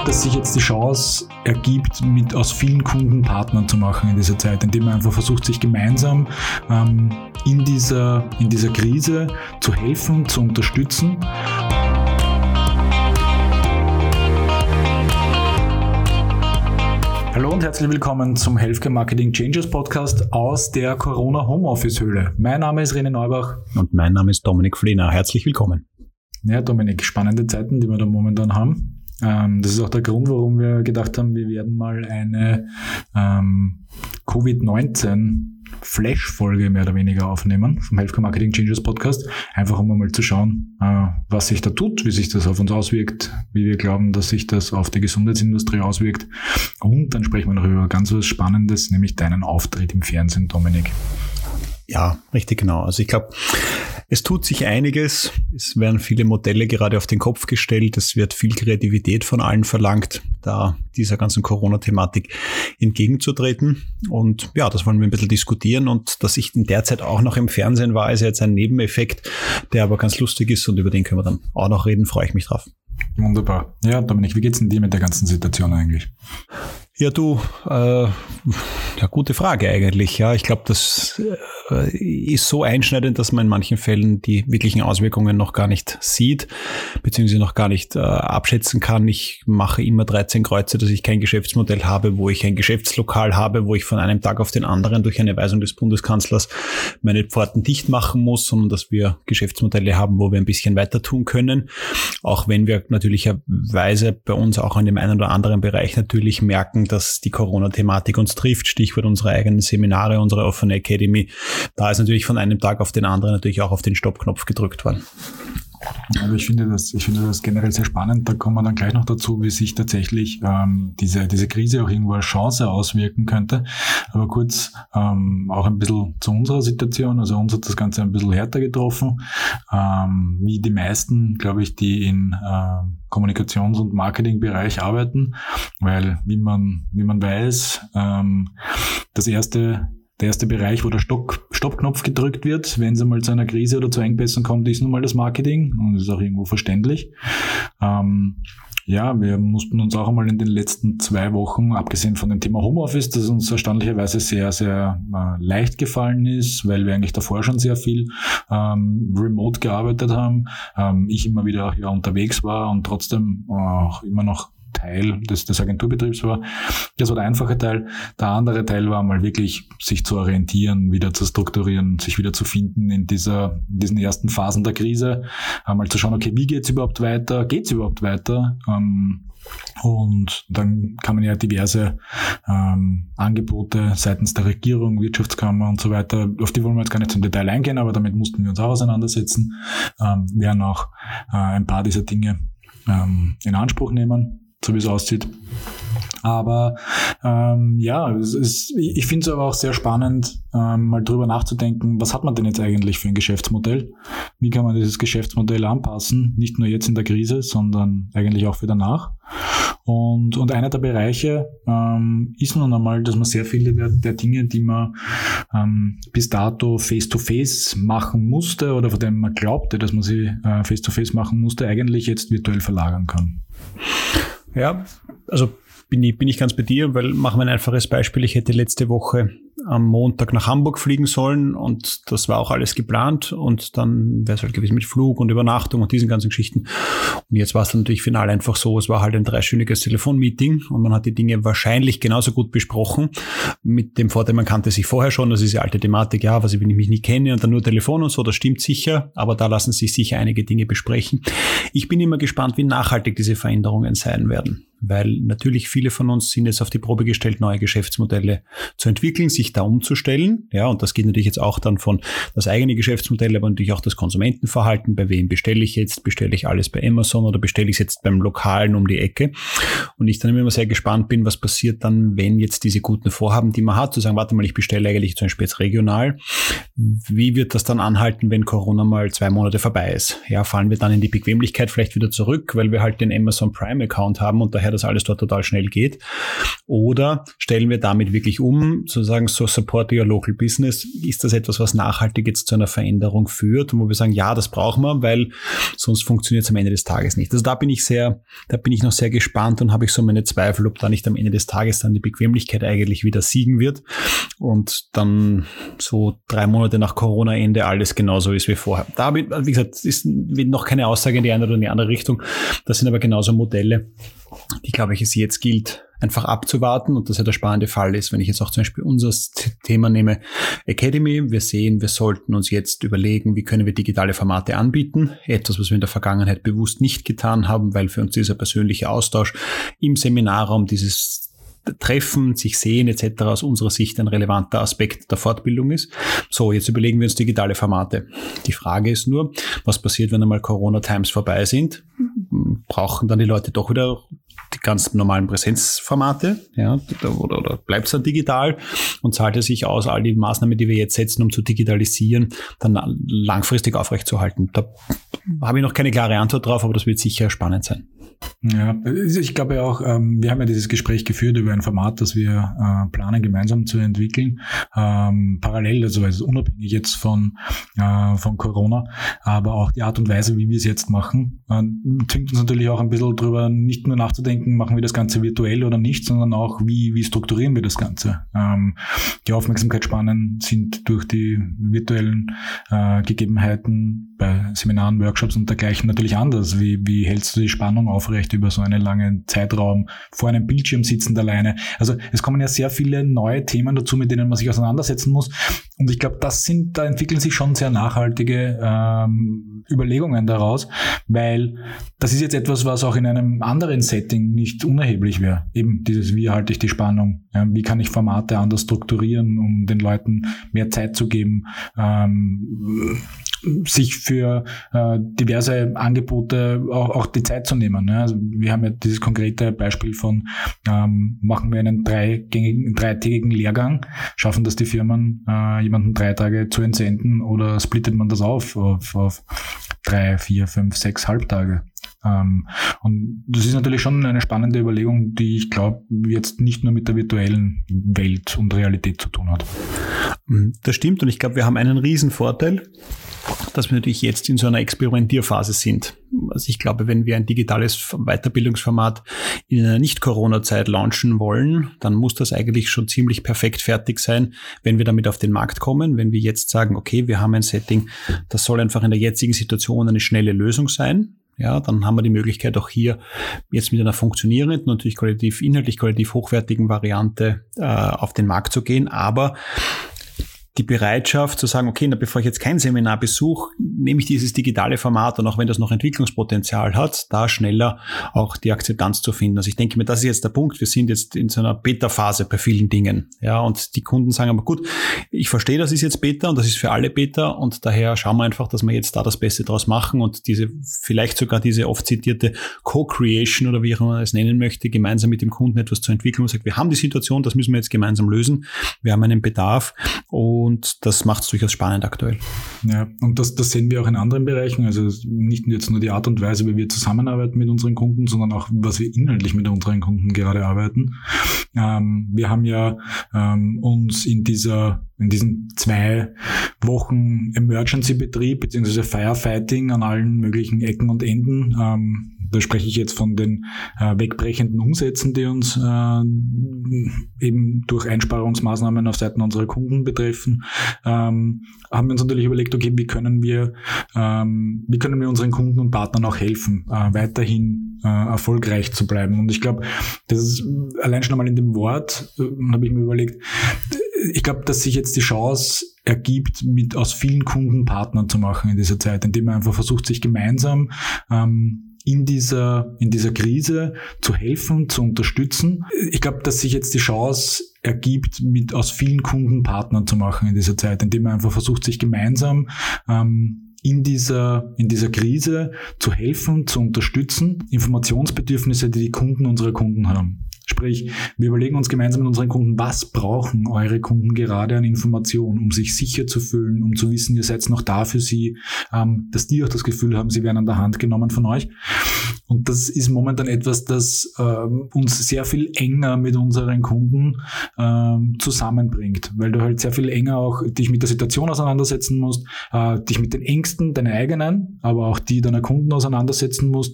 dass sich jetzt die Chance ergibt, aus vielen Kunden Partner zu machen in dieser Zeit, indem man einfach versucht, sich gemeinsam in dieser Krise zu helfen, zu unterstützen. Hallo und herzlich willkommen zum Healthcare Marketing Changes Podcast aus der Corona Homeoffice Höhle. Mein Name ist René Neubach. Und mein Name ist Dominik Flehner. Herzlich willkommen. Ja, Dominik, spannende Zeiten, die wir da momentan haben. Das ist auch der Grund, warum wir gedacht haben, wir werden mal eine Covid-19-Flash-Folge mehr oder weniger aufnehmen vom Healthcare Marketing Changes Podcast. Einfach um mal zu schauen, was sich da tut, wie sich das auf uns auswirkt, wie wir glauben, dass sich das auf die Gesundheitsindustrie auswirkt. Und dann sprechen wir noch über ganz was Spannendes, nämlich deinen Auftritt im Fernsehen, Dominik. Ja, richtig genau. Also ich glaube, es tut sich einiges. Es werden viele Modelle gerade auf den Kopf gestellt. Es wird viel Kreativität von allen verlangt, da dieser ganzen Corona-Thematik entgegenzutreten. Und ja, das wollen wir ein bisschen diskutieren. Und dass ich in der Zeit auch noch im Fernsehen war, ist jetzt ein Nebeneffekt, der aber ganz lustig ist und über den können wir dann auch noch reden. Freue ich mich drauf. Wunderbar. Ja, Dominik, wie geht's denn dir mit der ganzen Situation eigentlich? Ja, du, gute Frage eigentlich. Ja, ich glaube, das ist so einschneidend, dass man in manchen Fällen die wirklichen Auswirkungen noch gar nicht sieht, beziehungsweise noch gar nicht abschätzen kann. Ich mache immer 13 Kreuze, dass ich kein Geschäftsmodell habe, wo ich ein Geschäftslokal habe, wo ich von einem Tag auf den anderen durch eine Weisung des Bundeskanzlers meine Pforten dicht machen muss, sondern dass wir Geschäftsmodelle haben, wo wir ein bisschen weiter tun können. Auch wenn wir natürlicherweise bei uns auch in dem einen oder anderen Bereich natürlich merken, dass die Corona-Thematik uns trifft. Stichwort unsere eigenen Seminare, unsere offene Academy. Da ist natürlich von einem Tag auf den anderen natürlich auch auf den Stoppknopf gedrückt worden. Also ich finde das generell sehr spannend. Da kommen wir dann gleich noch dazu, wie sich tatsächlich diese Krise auch irgendwo als Chance auswirken könnte. Aber kurz auch ein bisschen zu unserer Situation. Also uns hat das Ganze ein bisschen härter getroffen. Wie die meisten, glaube ich, die in Kommunikations- und Marketingbereich arbeiten. Weil, wie man weiß, der erste Bereich, wo der Stoppknopf gedrückt wird, wenn es einmal zu einer Krise oder zu Engpässen kommt, ist nun mal das Marketing. Und das ist auch irgendwo verständlich. Wir mussten uns auch einmal in den letzten 2 Wochen, abgesehen von dem Thema Homeoffice, das uns erstaunlicherweise sehr, sehr leicht gefallen ist, weil wir eigentlich davor schon sehr viel remote gearbeitet haben. Ich immer wieder unterwegs war und trotzdem auch immer noch Teil des Agenturbetriebs war. Das war der einfache Teil. Der andere Teil war mal wirklich, sich zu orientieren, wieder zu strukturieren, sich wieder zu finden in diesen ersten Phasen der Krise. Mal zu schauen, okay, wie geht's überhaupt weiter? Geht's überhaupt weiter? Und dann kann man ja diverse Angebote seitens der Regierung, Wirtschaftskammer und so weiter, auf die wollen wir jetzt gar nicht zum Detail eingehen, aber damit mussten wir uns auch auseinandersetzen, werden auch ein paar dieser Dinge in Anspruch nehmen, so wie es aussieht. Aber ich finde es aber auch sehr spannend, mal drüber nachzudenken, was hat man denn jetzt eigentlich für ein Geschäftsmodell? Wie kann man dieses Geschäftsmodell anpassen? Nicht nur jetzt in der Krise, sondern eigentlich auch für danach. Und einer der Bereiche ist nun einmal, dass man sehr viele der Dinge, die man bis dato face-to-face machen musste oder von denen man glaubte, dass man sie face-to-face machen musste, eigentlich jetzt virtuell verlagern kann. Ja, also bin ich ganz bei dir, weil machen wir ein einfaches Beispiel. Ich hätte letzte Woche am Montag nach Hamburg fliegen sollen und das war auch alles geplant und dann wäre es halt gewesen mit Flug und Übernachtung und diesen ganzen Geschichten. Und jetzt war es dann natürlich final einfach so, es war halt ein 3-stündiges Telefonmeeting und man hat die Dinge wahrscheinlich genauso gut besprochen. Mit dem Vorteil, man kannte sich vorher schon, das ist die alte Thematik, ja, was ich, wenn ich mich nicht kenne und dann nur Telefon und so, das stimmt sicher, aber da lassen sich sicher einige Dinge besprechen. Ich bin immer gespannt, wie nachhaltig diese Veränderungen sein werden. Weil natürlich viele von uns sind jetzt auf die Probe gestellt, neue Geschäftsmodelle zu entwickeln, sich da umzustellen. Ja, und das geht natürlich jetzt auch dann von das eigene Geschäftsmodell, aber natürlich auch das Konsumentenverhalten. Bei wem bestelle ich jetzt? Bestelle ich alles bei Amazon oder bestelle ich es jetzt beim Lokalen um die Ecke? Und ich dann immer sehr gespannt bin, was passiert dann, wenn jetzt diese guten Vorhaben, die man hat, zu sagen, warte mal, ich bestelle eigentlich zum Beispiel jetzt regional. Wie wird das dann anhalten, wenn Corona mal 2 Monate vorbei ist? Ja, fallen wir dann in die Bequemlichkeit vielleicht wieder zurück, weil wir halt den Amazon Prime Account haben und daher her, dass alles dort total schnell geht? Oder stellen wir damit wirklich um, sozusagen so support your local business? Ist das etwas, was nachhaltig jetzt zu einer Veränderung führt, wo wir sagen, ja, das brauchen wir, weil sonst funktioniert es am Ende des Tages nicht. Also da bin ich noch sehr gespannt und habe ich so meine Zweifel, ob da nicht am Ende des Tages dann die Bequemlichkeit eigentlich wieder siegen wird und dann so 3 Monate nach Corona-Ende alles genauso ist wie vorher. Da, wie gesagt, ist noch keine Aussage in die eine oder in die andere Richtung. Das sind aber genauso Modelle, die, glaube ich, es jetzt gilt, einfach abzuwarten und das ja der spannende Fall ist, wenn ich jetzt auch zum Beispiel unser Thema nehme, Academy. Wir sehen, wir sollten uns jetzt überlegen, wie können wir digitale Formate anbieten. Etwas, was wir in der Vergangenheit bewusst nicht getan haben, weil für uns dieser persönliche Austausch im Seminarraum, dieses Treffen, sich sehen etc. aus unserer Sicht ein relevanter Aspekt der Fortbildung ist. So, jetzt überlegen wir uns digitale Formate. Die Frage ist nur, was passiert, wenn einmal Corona-Times vorbei sind? Brauchen dann die Leute doch wieder die ganz normalen Präsenzformate, ja, oder bleibt es dann digital und zahlt es sich aus, all die Maßnahmen, die wir jetzt setzen, um zu digitalisieren, dann langfristig aufrechtzuerhalten? Da habe ich noch keine klare Antwort drauf, aber das wird sicher spannend sein. Ja, ich glaube ja auch, wir haben ja dieses Gespräch geführt über ein Format, das wir planen, gemeinsam zu entwickeln, parallel, also unabhängig jetzt von Corona, aber auch die Art und Weise, wie wir es jetzt machen, zwingt uns natürlich auch ein bisschen drüber, nicht nur nachzudenken, machen wir das Ganze virtuell oder nicht, sondern auch, wie strukturieren wir das Ganze. Die Aufmerksamkeitsspannen sind durch die virtuellen Gegebenheiten bei Seminaren, Workshops und dergleichen natürlich anders. Wie hältst du die Spannung aufrecht über so einen langen Zeitraum, vor einem Bildschirm sitzend alleine? Also es kommen ja sehr viele neue Themen dazu, mit denen man sich auseinandersetzen muss. Und ich glaube, da entwickeln sich schon sehr nachhaltige Überlegungen daraus, weil das ist jetzt etwas, was auch in einem anderen Setting nicht unerheblich wäre. Eben dieses, wie halte ich die Spannung? Wie kann ich Formate anders strukturieren, um den Leuten mehr Zeit zu geben, sich für diverse Angebote auch die Zeit zu nehmen. Ne? Also wir haben ja dieses konkrete Beispiel von machen wir einen 3-tägigen Lehrgang, schaffen das die Firmen, jemanden 3 Tage zu entsenden oder splittet man das auf 3, 4, 5, 6 Halbtage. Und das ist natürlich schon eine spannende Überlegung, die ich glaube, jetzt nicht nur mit der virtuellen Welt und Realität zu tun hat. Das stimmt und ich glaube, wir haben einen riesen Vorteil, dass wir natürlich jetzt in so einer Experimentierphase sind. Also ich glaube, wenn wir ein digitales Weiterbildungsformat in einer Nicht-Corona-Zeit launchen wollen, dann muss das eigentlich schon ziemlich perfekt fertig sein, wenn wir damit auf den Markt kommen. Wenn wir jetzt sagen, okay, wir haben ein Setting, das soll einfach in der jetzigen Situation eine schnelle Lösung sein. Ja, dann haben wir die Möglichkeit auch hier jetzt mit einer funktionierenden, natürlich inhaltlich qualitativ hochwertigen Variante auf den Markt zu gehen, aber die Bereitschaft zu sagen, okay, bevor ich jetzt kein Seminar besuche, nehme ich dieses digitale Format und auch wenn das noch Entwicklungspotenzial hat, da schneller auch die Akzeptanz zu finden. Also ich denke mir, das ist jetzt der Punkt. Wir sind jetzt in so einer Beta-Phase bei vielen Dingen. Ja, und die Kunden sagen aber gut, ich verstehe, das ist jetzt Beta und das ist für alle Beta und daher schauen wir einfach, dass wir jetzt da das Beste draus machen und vielleicht sogar diese oft zitierte Co-Creation oder wie auch immer man es nennen möchte, gemeinsam mit dem Kunden etwas zu entwickeln und sagt, wir haben die Situation, das müssen wir jetzt gemeinsam lösen. Wir haben einen Bedarf und das macht es durchaus spannend aktuell. Ja, und das sehen wir auch in anderen Bereichen. Also nicht jetzt nur die Art und Weise, wie wir zusammenarbeiten mit unseren Kunden, sondern auch, was wir inhaltlich mit unseren Kunden gerade arbeiten. Wir haben ja uns in diesen 2 Wochen Emergency-Betrieb bzw. Firefighting an allen möglichen Ecken und Enden, da spreche ich jetzt von den wegbrechenden Umsätzen, die uns eben durch Einsparungsmaßnahmen auf Seiten unserer Kunden betreffen, haben wir uns natürlich überlegt, okay, wie können wir unseren Kunden und Partnern auch helfen, weiterhin erfolgreich zu bleiben. Und ich glaube, das ist allein schon einmal in dem Wort, habe ich mir überlegt, ich glaube, dass sich jetzt die Chance ergibt, aus vielen Kunden Partner zu machen in dieser Zeit, indem man einfach versucht, sich gemeinsam in dieser Krise zu helfen, zu unterstützen. Ich glaube, dass sich jetzt die Chance ergibt, aus vielen Kunden Partner zu machen in dieser Zeit, indem man einfach versucht, sich gemeinsam in dieser Krise zu helfen, zu unterstützen, Informationsbedürfnisse, die Kunden unserer Kunden haben. Sprich, wir überlegen uns gemeinsam mit unseren Kunden, was brauchen eure Kunden gerade an Informationen, um sich sicher zu fühlen, um zu wissen, ihr seid noch da für sie, dass die auch das Gefühl haben, sie werden an der Hand genommen von euch. Und das ist momentan etwas, das uns sehr viel enger mit unseren Kunden zusammenbringt, weil du halt sehr viel enger auch dich mit der Situation auseinandersetzen musst, dich mit den Ängsten, deine eigenen, aber auch die deiner Kunden auseinandersetzen musst.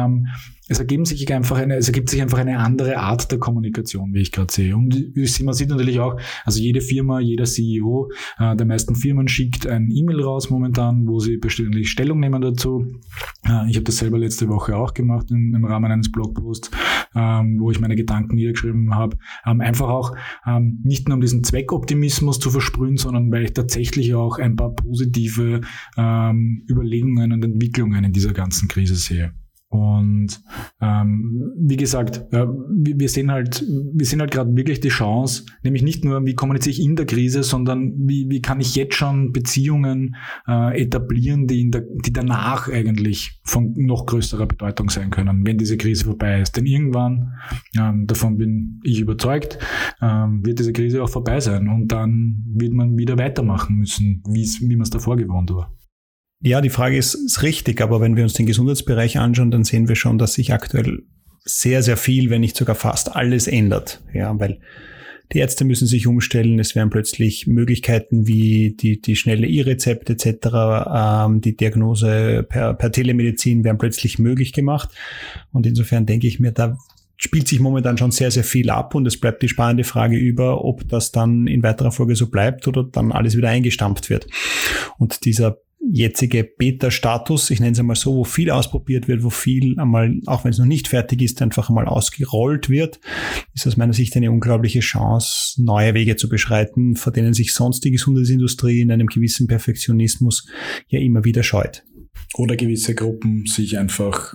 Es ergibt sich einfach eine andere Art der Kommunikation, wie ich gerade sehe. Und man sieht natürlich auch, also jede Firma, jeder CEO der meisten Firmen schickt ein E-Mail raus momentan, wo sie persönlich Stellung nehmen dazu. Ich habe das selber letzte Woche auch gemacht im Rahmen eines Blogposts, wo ich meine Gedanken niedergeschrieben habe. Einfach auch nicht nur um diesen Zweckoptimismus zu versprühen, sondern weil ich tatsächlich auch ein paar positive Überlegungen und Entwicklungen in dieser ganzen Krise sehe. Und wie gesagt, wir sehen halt gerade wirklich die Chance, nämlich nicht nur, wie kommuniziere ich in der Krise, sondern wie kann ich jetzt schon Beziehungen etablieren, die danach eigentlich von noch größerer Bedeutung sein können, wenn diese Krise vorbei ist. Denn irgendwann, davon bin ich überzeugt, wird diese Krise auch vorbei sein und dann wird man wieder weitermachen müssen, wie man es davor gewohnt war. Ja, die Frage ist richtig, aber wenn wir uns den Gesundheitsbereich anschauen, dann sehen wir schon, dass sich aktuell sehr, sehr viel, wenn nicht sogar fast alles ändert. Ja, weil die Ärzte müssen sich umstellen, es werden plötzlich Möglichkeiten wie die schnelle E-Rezept etc., die Diagnose per Telemedizin werden plötzlich möglich gemacht. Und insofern denke ich mir, da spielt sich momentan schon sehr, sehr viel ab und es bleibt die spannende Frage über, ob das dann in weiterer Folge so bleibt oder dann alles wieder eingestampft wird. Und dieser jetzige Beta-Status, ich nenne es einmal so, wo viel ausprobiert wird, wo viel einmal, auch wenn es noch nicht fertig ist, einfach einmal ausgerollt wird, ist aus meiner Sicht eine unglaubliche Chance, neue Wege zu beschreiten, vor denen sich sonst die Gesundheitsindustrie in einem gewissen Perfektionismus ja immer wieder scheut. Oder gewisse Gruppen sich einfach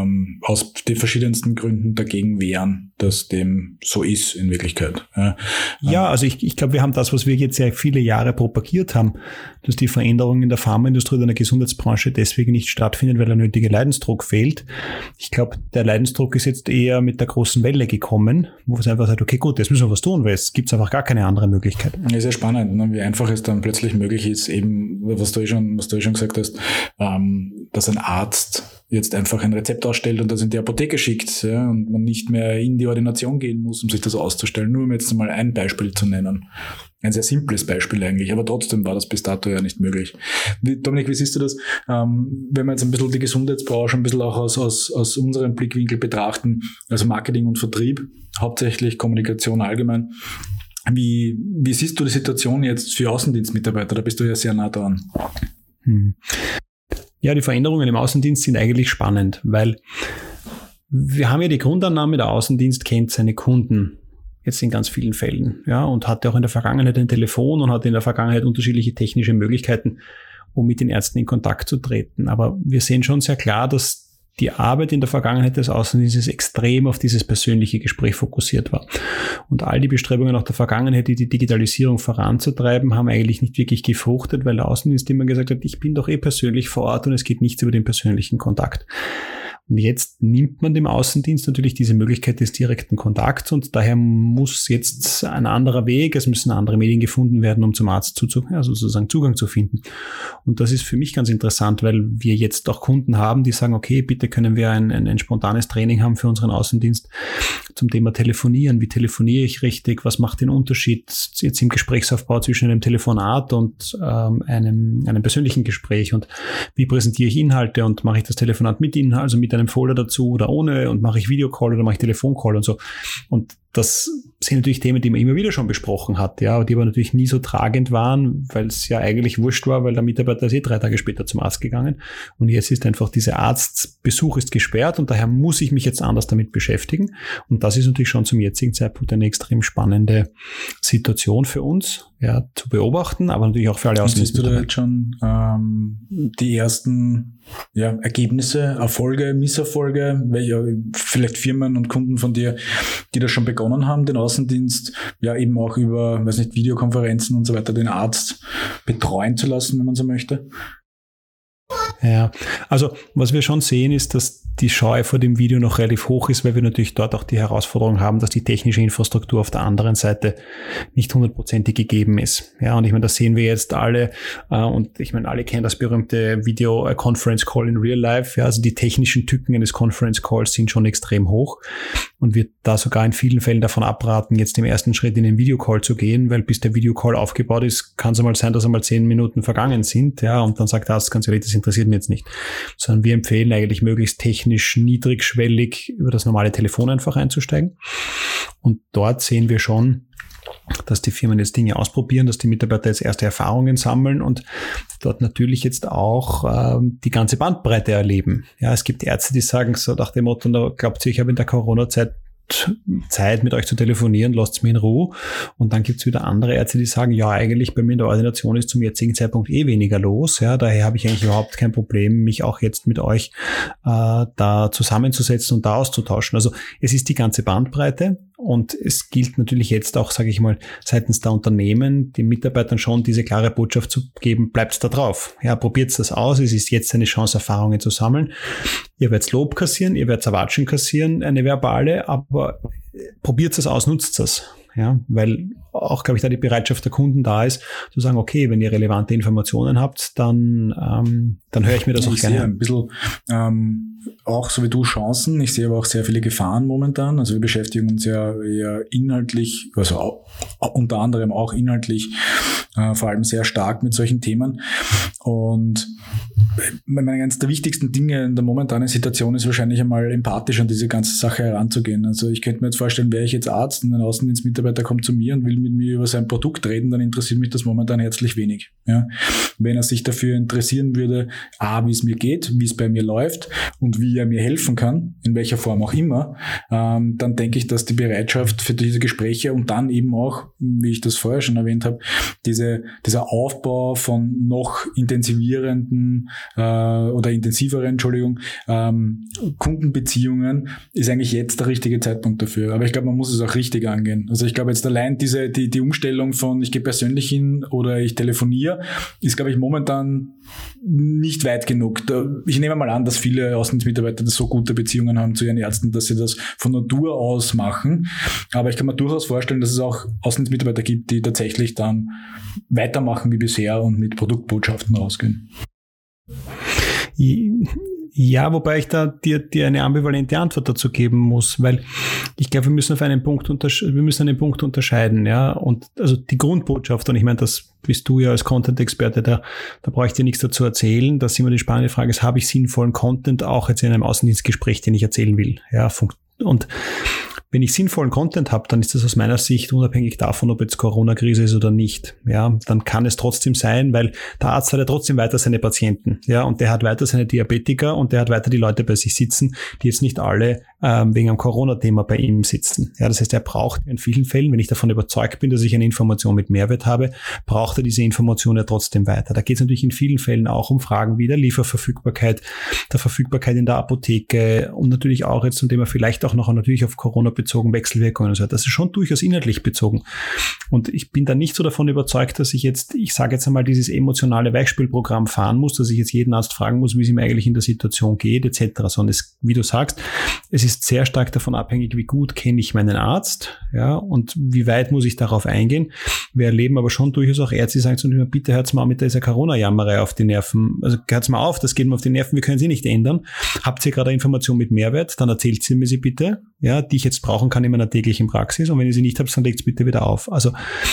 aus den verschiedensten Gründen dagegen wehren, dass dem so ist in Wirklichkeit. Ja, also ich glaube, wir haben das, was wir jetzt ja viele Jahre propagiert haben, dass die Veränderung in der Pharmaindustrie oder in der Gesundheitsbranche deswegen nicht stattfindet, weil der nötige Leidensdruck fehlt. Ich glaube, der Leidensdruck ist jetzt eher mit der großen Welle gekommen, wo es einfach sagt, okay, gut, jetzt müssen wir was tun, weil es gibt einfach gar keine andere Möglichkeit. Das ist ja spannend, ne? Wie einfach es dann plötzlich möglich ist, eben, was du schon gesagt hast, dass ein Arzt jetzt einfach ein Rezept ausstellt und das in die Apotheke schickt, ja, und man nicht mehr in die Ordination gehen muss, um sich das auszustellen. Nur um jetzt mal ein Beispiel zu nennen. Ein sehr simples Beispiel eigentlich, aber trotzdem war das bis dato ja nicht möglich. Dominik, wie siehst du das? Wenn wir jetzt ein bisschen die Gesundheitsbranche ein bisschen auch aus unserem Blickwinkel betrachten, also Marketing und Vertrieb, hauptsächlich Kommunikation allgemein, wie siehst du die Situation jetzt für Außendienstmitarbeiter? Da bist du ja sehr nah dran. Ja, die Veränderungen im Außendienst sind eigentlich spannend, weil wir haben ja die Grundannahme, der Außendienst kennt seine Kunden jetzt in ganz vielen Fällen, ja, und hatte auch in der Vergangenheit ein Telefon und hatte in der Vergangenheit unterschiedliche technische Möglichkeiten, um mit den Ärzten in Kontakt zu treten. Aber wir sehen schon sehr klar, dass die Arbeit in der Vergangenheit des Außendienstes extrem auf dieses persönliche Gespräch fokussiert war. Und all die Bestrebungen auch der Vergangenheit, die Digitalisierung voranzutreiben, haben eigentlich nicht wirklich gefruchtet, weil der Außendienst immer gesagt hat, ich bin doch persönlich vor Ort und es geht nichts über den persönlichen Kontakt. Und jetzt nimmt man dem Außendienst natürlich diese Möglichkeit des direkten Kontakts und daher muss jetzt ein anderer Weg, es müssen andere Medien gefunden werden, um zum Arzt sozusagen Zugang zu finden. Und das ist für mich ganz interessant, weil wir jetzt auch Kunden haben, die sagen, okay, bitte können wir ein spontanes Training haben für unseren Außendienst zum Thema Telefonieren. Wie telefoniere ich richtig? Was macht den Unterschied jetzt im Gesprächsaufbau zwischen einem Telefonat und einem persönlichen Gespräch? Und wie präsentiere ich Inhalte und mache ich das Telefonat mit Inhalt, also mit einem Folder dazu oder ohne und mache ich Videocall oder mache ich Telefoncall und so. Und das sind natürlich Themen, die man immer wieder schon besprochen hat, ja, die aber natürlich nie so tragend waren, weil es ja eigentlich wurscht war, weil der Mitarbeiter ist 3 Tage später zum Arzt gegangen und jetzt ist einfach dieser Arztbesuch ist gesperrt und daher muss ich mich jetzt anders damit beschäftigen und das ist natürlich schon zum jetzigen Zeitpunkt eine extrem spannende Situation für uns, ja, zu beobachten, aber natürlich auch für alle Außendienstmitarbeiter. Siehst du da jetzt schon die ersten Ergebnisse, Erfolge, Misserfolge, welche vielleicht Firmen und Kunden von dir, die das schon begonnen haben, den Außendienst ja eben auch über, Videokonferenzen und so weiter den Arzt betreuen zu lassen, wenn man so möchte? Ja, also was wir schon sehen ist, dass die Scheu vor dem Video noch relativ hoch ist, weil wir natürlich dort auch die Herausforderung haben, dass die technische Infrastruktur auf der anderen Seite nicht 100%ig gegeben ist. Ja, und ich meine, das sehen wir jetzt alle, und ich meine, alle kennen das berühmte Video Conference Call in Real Life. Ja, also die technischen Tücken eines Conference Calls sind schon extrem hoch und wir da sogar in vielen Fällen davon abraten, jetzt im ersten Schritt in den Videocall zu gehen, weil bis der Videocall aufgebaut ist, kann es einmal sein, dass einmal 10 Minuten vergangen sind, ja, und dann sagt das ganz ehrlich, das interessiert mich jetzt nicht. Sondern wir empfehlen eigentlich möglichst technisch niedrigschwellig über das normale Telefon einfach einzusteigen. Und dort sehen wir schon, dass die Firmen jetzt Dinge ausprobieren, dass die Mitarbeiter jetzt erste Erfahrungen sammeln und dort natürlich jetzt auch die ganze Bandbreite erleben. Ja, es gibt Ärzte, die sagen so nach dem Motto, da glaubt ihr, ich habe in der Corona-Zeit Zeit mit euch zu telefonieren, lasst mir in Ruhe. Und dann gibt's wieder andere Ärzte, die sagen, ja, eigentlich bei mir in der Ordination ist zum jetzigen Zeitpunkt weniger los. Ja, daher habe ich eigentlich überhaupt kein Problem, mich auch jetzt mit euch da zusammenzusetzen und da auszutauschen. Also es ist die ganze Bandbreite. Und es gilt natürlich jetzt auch, sage ich mal, seitens der Unternehmen, den Mitarbeitern schon diese klare Botschaft zu geben, bleibt da drauf. Ja, probiert das aus. Es ist jetzt eine Chance, Erfahrungen zu sammeln. Ihr werdet Lob kassieren, ihr werdet Erwatschen kassieren, eine verbale, aber probiert das aus, nutzt das. Ja, weil auch, glaube ich, da die Bereitschaft der Kunden da ist, zu sagen, okay, wenn ihr relevante Informationen habt, dann höre ich mir das auch gerne an. Ein bisschen auch so wie du Chancen. Ich sehe aber auch sehr viele Gefahren momentan. Also wir beschäftigen uns ja eher inhaltlich, also auch, unter anderem auch inhaltlich, vor allem sehr stark mit solchen Themen. Und eines der wichtigsten Dinge in der momentanen Situation ist wahrscheinlich einmal empathisch an diese ganze Sache heranzugehen. Also ich könnte mir jetzt vorstellen, wäre ich jetzt Arzt und ein Außendienstmitarbeiter kommt zu mir und will mit mir über sein Produkt reden, dann interessiert mich das momentan herzlich wenig. Ja? Wenn er sich dafür interessieren würde, wie es mir geht, wie es bei mir läuft und wie er mir helfen kann, in welcher Form auch immer, dann denke ich, dass die Bereitschaft für diese Gespräche und dann eben auch, wie ich das vorher schon erwähnt habe, dieser Aufbau von noch intensiveren Kundenbeziehungen ist eigentlich jetzt der richtige Zeitpunkt dafür. Aber ich glaube, man muss es auch richtig angehen. Also ich glaube jetzt allein die Umstellung von ich gehe persönlich hin oder ich telefoniere, ist, glaube ich, momentan nicht weit genug. Ich nehme mal an, dass viele Außendienstmitarbeiter so gute Beziehungen haben zu ihren Ärzten, dass sie das von Natur aus machen. Aber ich kann mir durchaus vorstellen, dass es auch Außendienstmitarbeiter gibt, die tatsächlich dann weitermachen wie bisher und mit Produktbotschaften rausgehen. Ja, wobei ich da dir eine ambivalente Antwort dazu geben muss, weil ich glaube, wir müssen einen Punkt unterscheiden, ja. Und also die Grundbotschaft, und ich meine, das bist du ja als Content-Experte, da brauche ich dir nichts dazu erzählen. Das ist immer die spannende Frage, ist, habe ich sinnvollen Content auch jetzt in einem Außendienstgespräch, den ich erzählen will? Ja, und wenn ich sinnvollen Content habe, dann ist das aus meiner Sicht unabhängig davon, ob jetzt Corona-Krise ist oder nicht. Ja, dann kann es trotzdem sein, weil der Arzt hat ja trotzdem weiter seine Patienten. Ja, und der hat weiter seine Diabetiker und der hat weiter die Leute bei sich sitzen, die jetzt nicht alle wegen einem Corona-Thema bei ihm sitzen. Ja, das heißt, er braucht in vielen Fällen, wenn ich davon überzeugt bin, dass ich eine Information mit Mehrwert habe, braucht er diese Information ja trotzdem weiter. Da geht es natürlich in vielen Fällen auch um Fragen wie der Lieferverfügbarkeit, der Verfügbarkeit in der Apotheke und natürlich auch jetzt zum Thema vielleicht auch noch natürlich auf Corona bezogen, Wechselwirkungen und so weiter. Das ist schon durchaus inhaltlich bezogen. Und ich bin da nicht so davon überzeugt, dass ich sage jetzt einmal, dieses emotionale Weichspülprogramm fahren muss, dass ich jetzt jeden Arzt fragen muss, wie es ihm eigentlich in der Situation geht, etc. Sondern es, wie du sagst, es ist sehr stark davon abhängig, wie gut kenne ich meinen Arzt, ja, und wie weit muss ich darauf eingehen. Wir erleben aber schon durchaus auch Ärzte, die sagen zu mir, bitte hört's mal mit dieser Corona-Jammerei auf die Nerven. Also hört's mal auf, das geht mir auf die Nerven, wir können sie nicht ändern. Habt ihr gerade Information mit Mehrwert, dann erzählt sie mir sie bitte, ja, die ich jetzt brauchen kann in meiner täglichen Praxis. Und wenn ihr sie nicht habt, dann legt es bitte wieder auf. Also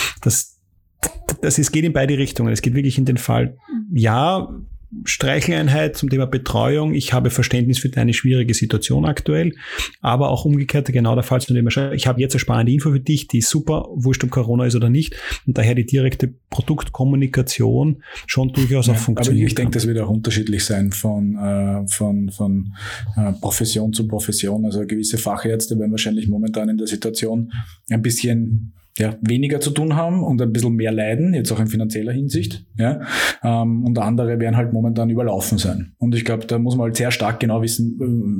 es geht in beide Richtungen. Es geht wirklich in den Fall, ja, Streicheleinheit zum Thema Betreuung. Ich habe Verständnis für deine schwierige Situation aktuell, aber auch umgekehrt genau der Fall zum Thema, ich habe jetzt eine spannende Info für dich, die ist super, wurscht ob Corona ist oder nicht, und daher die direkte Produktkommunikation schon durchaus auch funktioniert. Aber ich denke, das wird auch unterschiedlich sein von Profession zu Profession. Also gewisse Fachärzte werden wahrscheinlich momentan in der Situation ein bisschen weniger zu tun haben und ein bisschen mehr leiden, jetzt auch in finanzieller Hinsicht. Ja? Und andere werden halt momentan überlaufen sein. Und ich glaube, da muss man halt sehr stark genau wissen,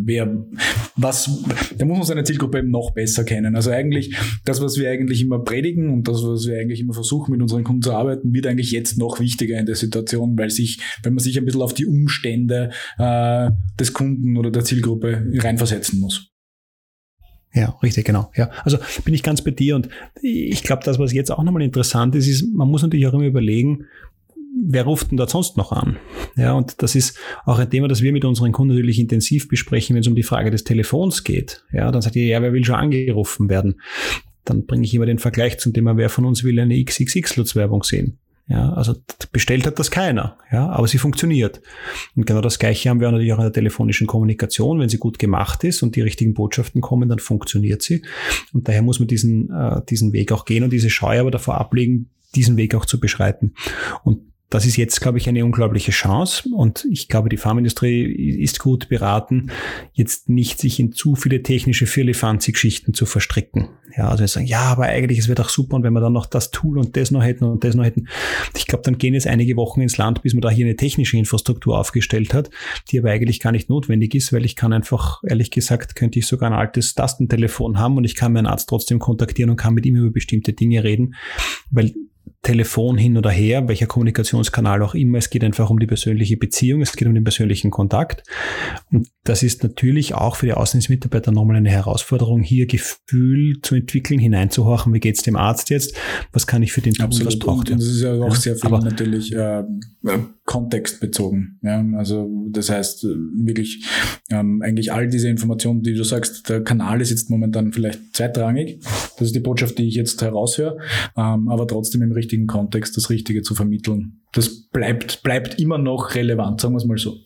da muss man seine Zielgruppe eben noch besser kennen. Also eigentlich das, was wir eigentlich immer predigen und das, was wir eigentlich immer versuchen, mit unseren Kunden zu arbeiten, wird eigentlich jetzt noch wichtiger in der Situation, wenn man sich ein bisschen auf die Umstände des Kunden oder der Zielgruppe reinversetzen muss. Ja, richtig, genau. Ja, also bin ich ganz bei dir und ich glaube, das, was jetzt auch nochmal interessant ist, man muss natürlich auch immer überlegen, wer ruft denn dort sonst noch an? Ja, und das ist auch ein Thema, das wir mit unseren Kunden natürlich intensiv besprechen, wenn es um die Frage des Telefons geht. Ja, dann sagt ihr, wer will schon angerufen werden? Dann bringe ich immer den Vergleich zum Thema, wer von uns will eine XXX-Lutz-Werbung sehen? Ja, also bestellt hat das keiner, ja, aber sie funktioniert. Und genau das Gleiche haben wir natürlich auch in der telefonischen Kommunikation. Wenn sie gut gemacht ist und die richtigen Botschaften kommen, dann funktioniert sie. Und daher muss man diesen Weg auch gehen und diese Scheu aber davor ablegen, diesen Weg auch zu beschreiten. Und das ist jetzt, glaube ich, eine unglaubliche Chance und ich glaube, die Pharmaindustrie ist gut beraten, jetzt nicht sich in zu viele technische Firlefanzi-Geschichten zu verstricken. Ja, also jetzt sagen, ja, aber eigentlich, es wird auch super und wenn wir dann noch das Tool und das noch hätten und das noch hätten. Ich glaube, dann gehen jetzt einige Wochen ins Land, bis man da hier eine technische Infrastruktur aufgestellt hat, die aber eigentlich gar nicht notwendig ist, weil ich kann einfach, ehrlich gesagt, könnte ich sogar ein altes Tastentelefon haben und ich kann meinen Arzt trotzdem kontaktieren und kann mit ihm über bestimmte Dinge reden, weil Telefon hin oder her, welcher Kommunikationskanal auch immer, es geht einfach um die persönliche Beziehung, es geht um den persönlichen Kontakt und das ist natürlich auch für die Außendienstmitarbeiter nochmal eine Herausforderung, hier Gefühl zu entwickeln, hineinzuhorchen, wie geht's dem Arzt jetzt, was kann ich für den tun, was braucht er. Das ist ja auch sehr viel natürlich kontextbezogen. Ja? Also das heißt wirklich eigentlich all diese Informationen, die du sagst, der Kanal ist jetzt momentan vielleicht zweitrangig, das ist die Botschaft, die ich jetzt heraushöre, aber trotzdem im richtigen Kontext das Richtige zu vermitteln. Das bleibt immer noch relevant, sagen wir es mal so.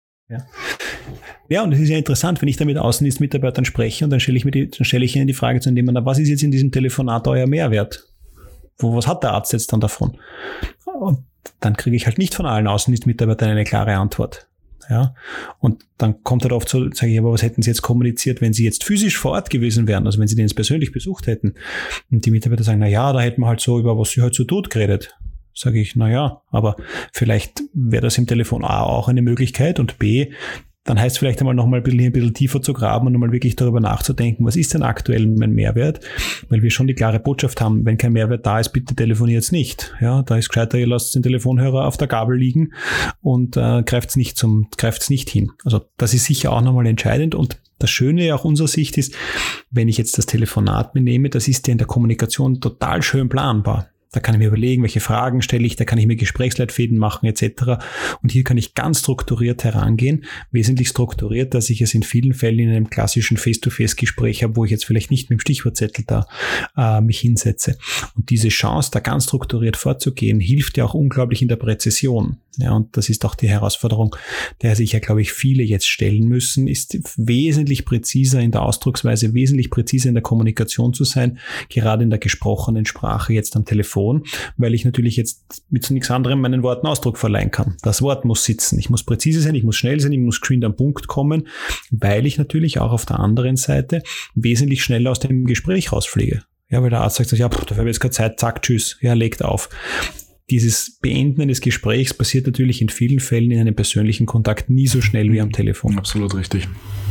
Ja, und es ist ja interessant, wenn ich da mit Außendienstmitarbeitern spreche und dann stelle ich ihnen die Frage zu dem, was ist jetzt in diesem Telefonat euer Mehrwert? Was hat der Arzt jetzt dann davon? Und dann kriege ich halt nicht von allen Außendienstmitarbeitern eine klare Antwort. Ja, und dann kommt halt oft so, sage ich, aber was hätten Sie jetzt kommuniziert, wenn Sie jetzt physisch vor Ort gewesen wären, also wenn Sie den jetzt persönlich besucht hätten? Und die Mitarbeiter sagen, da hätten wir halt so über was Sie halt so tut geredet. Sage ich, aber vielleicht wäre das im Telefon A auch eine Möglichkeit und B, dann heißt es vielleicht einmal nochmal ein bisschen tiefer zu graben und nochmal wirklich darüber nachzudenken, was ist denn aktuell mein Mehrwert? Weil wir schon die klare Botschaft haben, wenn kein Mehrwert da ist, bitte telefoniert es nicht. Ja, da ist gescheiter, ihr lasst den Telefonhörer auf der Gabel liegen und greift es nicht hin. Also das ist sicher auch nochmal entscheidend und das Schöne auch unserer Sicht ist, wenn ich jetzt das Telefonat mir nehme, das ist ja in der Kommunikation total schön planbar. Da kann ich mir überlegen, welche Fragen stelle ich, da kann ich mir Gesprächsleitfäden machen etc. Und hier kann ich ganz strukturiert herangehen, wesentlich strukturiert, dass ich es in vielen Fällen in einem klassischen Face-to-Face-Gespräch habe, wo ich jetzt vielleicht nicht mit dem Stichwortzettel da mich hinsetze. Und diese Chance, da ganz strukturiert vorzugehen, hilft ja auch unglaublich in der Präzision. Ja, und das ist auch die Herausforderung, der sich ja, glaube ich, viele jetzt stellen müssen, ist wesentlich präziser in der Ausdrucksweise, wesentlich präziser in der Kommunikation zu sein, gerade in der gesprochenen Sprache jetzt am Telefon, weil ich natürlich jetzt mit so nichts anderem meinen Worten Ausdruck verleihen kann. Das Wort muss sitzen. Ich muss präzise sein, ich muss schnell sein, ich muss geschwind am Punkt kommen, weil ich natürlich auch auf der anderen Seite wesentlich schneller aus dem Gespräch rausfliege. Ja, weil der Arzt sagt, dafür habe ich jetzt keine Zeit, zack, tschüss, ja, legt auf. Dieses Beenden eines Gesprächs passiert natürlich in vielen Fällen in einem persönlichen Kontakt nie so schnell wie am Telefon. Absolut richtig.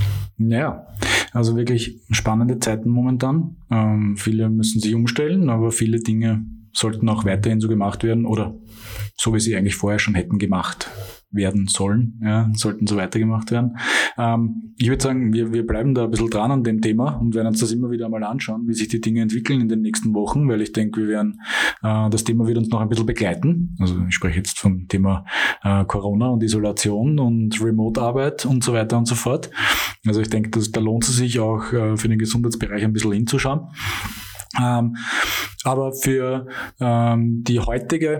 Ja, also wirklich spannende Zeiten momentan. Viele müssen sich umstellen, aber viele Dinge sollten auch weiterhin so gemacht werden oder so, wie sie eigentlich vorher schon hätten gemacht werden sollen, ja, sollten so weitergemacht werden. Ich würde sagen, wir bleiben da ein bisschen dran an dem Thema und werden uns das immer wieder mal anschauen, wie sich die Dinge entwickeln in den nächsten Wochen, weil ich denke, das Thema wird uns noch ein bisschen begleiten. Also ich spreche jetzt vom Thema Corona und Isolation und Remote-Arbeit und so weiter und so fort. Also ich denke, da lohnt es sich auch für den Gesundheitsbereich ein bisschen hinzuschauen. Aber für die heutige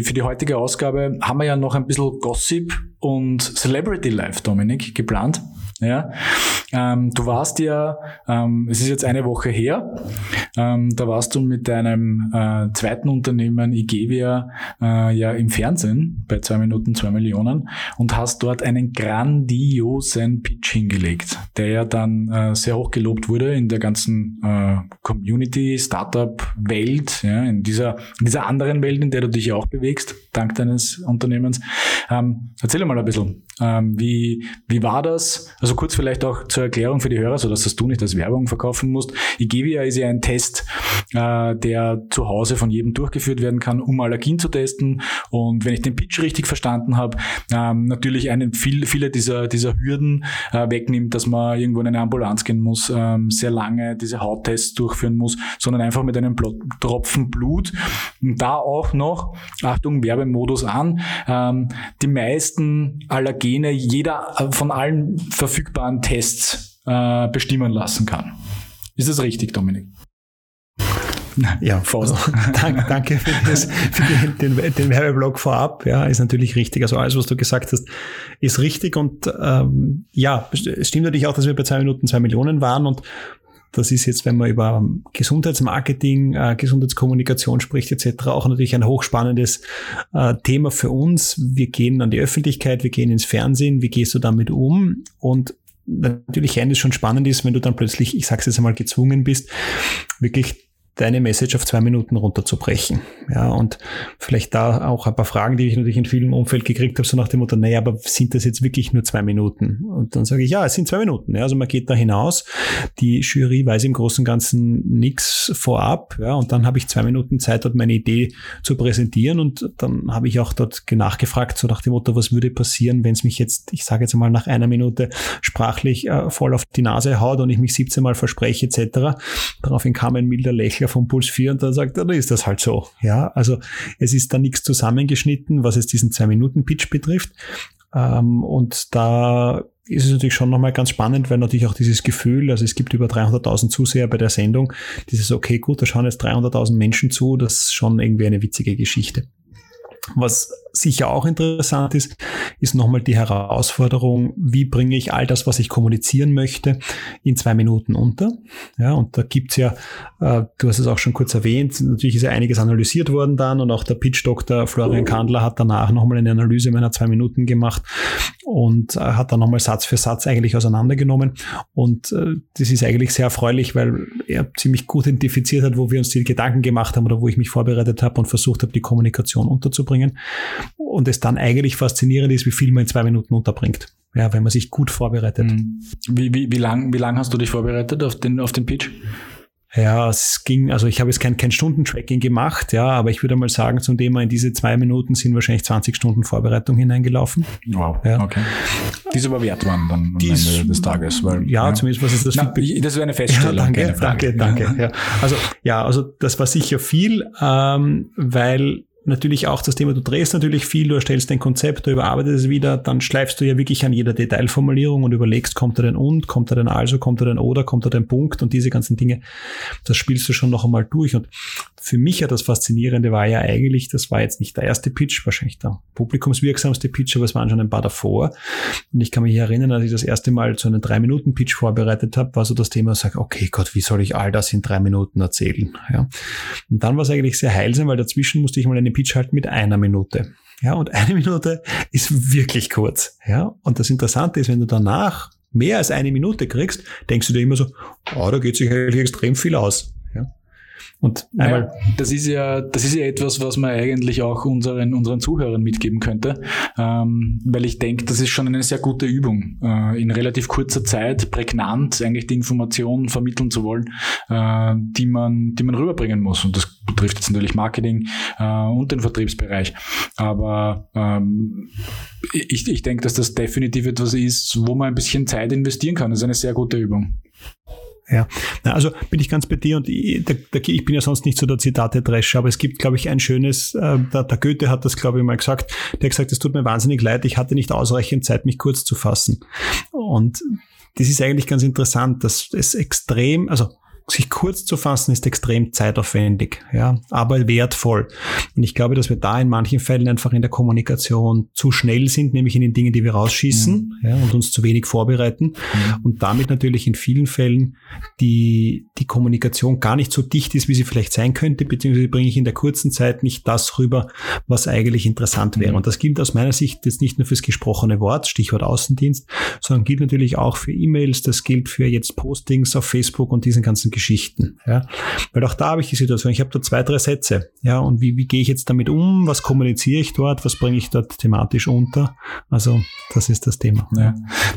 Ausgabe haben wir ja noch ein bisschen Gossip und Celebrity Life, Dominik, geplant. Ja, du warst ja, es ist jetzt eine Woche her, da warst du mit deinem zweiten Unternehmen Igevia ja im Fernsehen bei 2 Minuten 2 Millionen und hast dort einen grandiosen Pitch hingelegt, der ja dann sehr hoch gelobt wurde in der ganzen Community, Startup-Welt, ja, in dieser anderen Welt, in der du dich ja auch bewegst, dank deines Unternehmens. Erzähl mal ein bisschen, wie war das? Also kurz vielleicht auch zur Erklärung für die Hörer, sodass das du nicht als Werbung verkaufen musst. Igevia ist ja ein Test, der zu Hause von jedem durchgeführt werden kann, um Allergien zu testen. Und wenn ich den Pitch richtig verstanden habe, natürlich viele dieser Hürden wegnimmt, dass man irgendwo in eine Ambulanz gehen muss, sehr lange diese Hauttests durchführen muss, sondern einfach mit einem Tropfen Blut. Und da auch noch, Achtung, Werbemodus an, die meisten Allergene jeder von allen verfügbaren Tests bestimmen lassen kann. Ist das richtig, Dominik? Ja, also, danke für den Werbeblock vorab. Ja, ist natürlich richtig. Also alles, was du gesagt hast, ist richtig. Und ja, es stimmt natürlich auch, dass wir bei 2 Minuten 2 Millionen waren. Und das ist jetzt, wenn man über Gesundheitsmarketing, Gesundheitskommunikation spricht etc., auch natürlich ein hochspannendes Thema für uns. Wir gehen an die Öffentlichkeit, wir gehen ins Fernsehen. Wie gehst du damit um? Und natürlich eines schon spannend ist, wenn du dann plötzlich, ich sage es jetzt einmal, gezwungen bist, wirklich deine Message auf 2 Minuten runterzubrechen. Ja, und vielleicht da auch ein paar Fragen, die ich natürlich in vielen Umfeld gekriegt habe, so nach dem Motto, naja, aber sind das jetzt wirklich nur 2 Minuten? Und dann sage ich, ja, es sind 2 Minuten. Ja, also man geht da hinaus. Die Jury weiß im Großen und Ganzen nichts vorab. Ja, und dann habe ich 2 Minuten Zeit, dort meine Idee zu präsentieren. Und dann habe ich auch dort nachgefragt, so nach dem Motto, was würde passieren, wenn es mich jetzt, ich sage jetzt mal nach 1 Minute sprachlich voll auf die Nase haut und ich mich 17 Mal verspreche etc. Daraufhin kam ein milder Lächler vom Puls 4 und dann sagt er, dann ist das halt so. Ja, also es ist da nichts zusammengeschnitten, was es diesen 2-Minuten-Pitch betrifft. Und da ist es natürlich schon nochmal ganz spannend, weil natürlich auch dieses Gefühl, also es gibt über 300.000 Zuseher bei der Sendung, dieses, okay, gut, da schauen jetzt 300.000 Menschen zu, das ist schon irgendwie eine witzige Geschichte. Was sicher auch interessant ist nochmal die Herausforderung, wie bringe ich all das, was ich kommunizieren möchte, in 2 Minuten unter. Ja, und da gibt's ja, du hast es auch schon kurz erwähnt, natürlich ist ja einiges analysiert worden dann und auch der Pitch-Doktor Florian Kandler hat danach nochmal eine Analyse meiner 2 Minuten gemacht und hat dann nochmal Satz für Satz eigentlich auseinandergenommen und das ist eigentlich sehr erfreulich, weil er ziemlich gut identifiziert hat, wo wir uns die Gedanken gemacht haben oder wo ich mich vorbereitet habe und versucht habe, die Kommunikation unterzubringen. Und es dann eigentlich faszinierend ist, wie viel man in 2 Minuten unterbringt. Ja, wenn man sich gut vorbereitet. Wie lang hast du dich vorbereitet auf den Pitch? Ja, es ging, also ich habe jetzt kein Stundentracking gemacht, ja, aber ich würde mal sagen, zum Thema in diese 2 Minuten sind wahrscheinlich 20 Stunden Vorbereitung hineingelaufen. Wow, ja. Okay. Die aber wert waren dann am Ende des Tages. Weil, ja, zumindest was ist das Feedback? Das wäre eine Feststellung. Ja, danke. Ja. Also das war sicher viel, weil natürlich auch das Thema, du drehst natürlich viel, du erstellst dein Konzept, du überarbeitest es wieder, dann schleifst du ja wirklich an jeder Detailformulierung und überlegst, kommt da denn und, kommt da denn also, kommt da denn oder, kommt da denn Punkt und diese ganzen Dinge, das spielst du schon noch einmal durch. Und für mich ja das Faszinierende war ja eigentlich, das war jetzt nicht der erste Pitch, wahrscheinlich der publikumswirksamste Pitch, aber es waren schon ein paar davor. Und ich kann mich erinnern, als ich das erste Mal so einen 3-Minuten-Pitch vorbereitet habe, war so das Thema, sag, okay Gott, wie soll ich all das in 3 Minuten erzählen? Ja. Und dann war es eigentlich sehr heilsam, weil dazwischen musste ich mal einen Pitch halten mit 1 Minute. Ja, und 1 Minute ist wirklich kurz. Ja, und das Interessante ist, wenn du danach mehr als 1 Minute kriegst, denkst du dir immer so, da geht sich eigentlich extrem viel aus. Ja. Und einmal. Das ist ja etwas, was man eigentlich auch unseren Zuhörern mitgeben könnte, weil ich denke, das ist schon eine sehr gute Übung, in relativ kurzer Zeit prägnant eigentlich die Informationen vermitteln zu wollen, die man rüberbringen muss. Und das betrifft jetzt natürlich Marketing und den Vertriebsbereich. Aber ich denke, dass das definitiv etwas ist, wo man ein bisschen Zeit investieren kann. Das ist eine sehr gute Übung. Ja, also bin ich ganz bei dir und ich bin ja sonst nicht so der Zitate-Drescher, aber es gibt, glaube ich, ein schönes, der Goethe hat das, glaube ich, mal gesagt, der hat gesagt, es tut mir wahnsinnig leid, ich hatte nicht ausreichend Zeit, mich kurz zu fassen. Und das ist eigentlich ganz interessant, dass es extrem, also sich kurz zu fassen, ist extrem zeitaufwendig, ja, aber wertvoll. Und ich glaube, dass wir da in manchen Fällen einfach in der Kommunikation zu schnell sind, nämlich in den Dingen, die wir rausschießen, ja, und uns zu wenig vorbereiten und damit natürlich in vielen Fällen die Kommunikation gar nicht so dicht ist, wie sie vielleicht sein könnte, beziehungsweise bringe ich in der kurzen Zeit nicht das rüber, was eigentlich interessant wäre. Und das gilt aus meiner Sicht jetzt nicht nur fürs gesprochene Wort, Stichwort Außendienst, sondern gilt natürlich auch für E-Mails, das gilt für jetzt Postings auf Facebook und diesen ganzen Geschichten, ja, weil auch da habe ich die Situation, ich habe da 2, 3 Sätze, ja, und wie gehe ich jetzt damit um, was kommuniziere ich dort, was bringe ich dort thematisch unter, also das ist das Thema. Ja.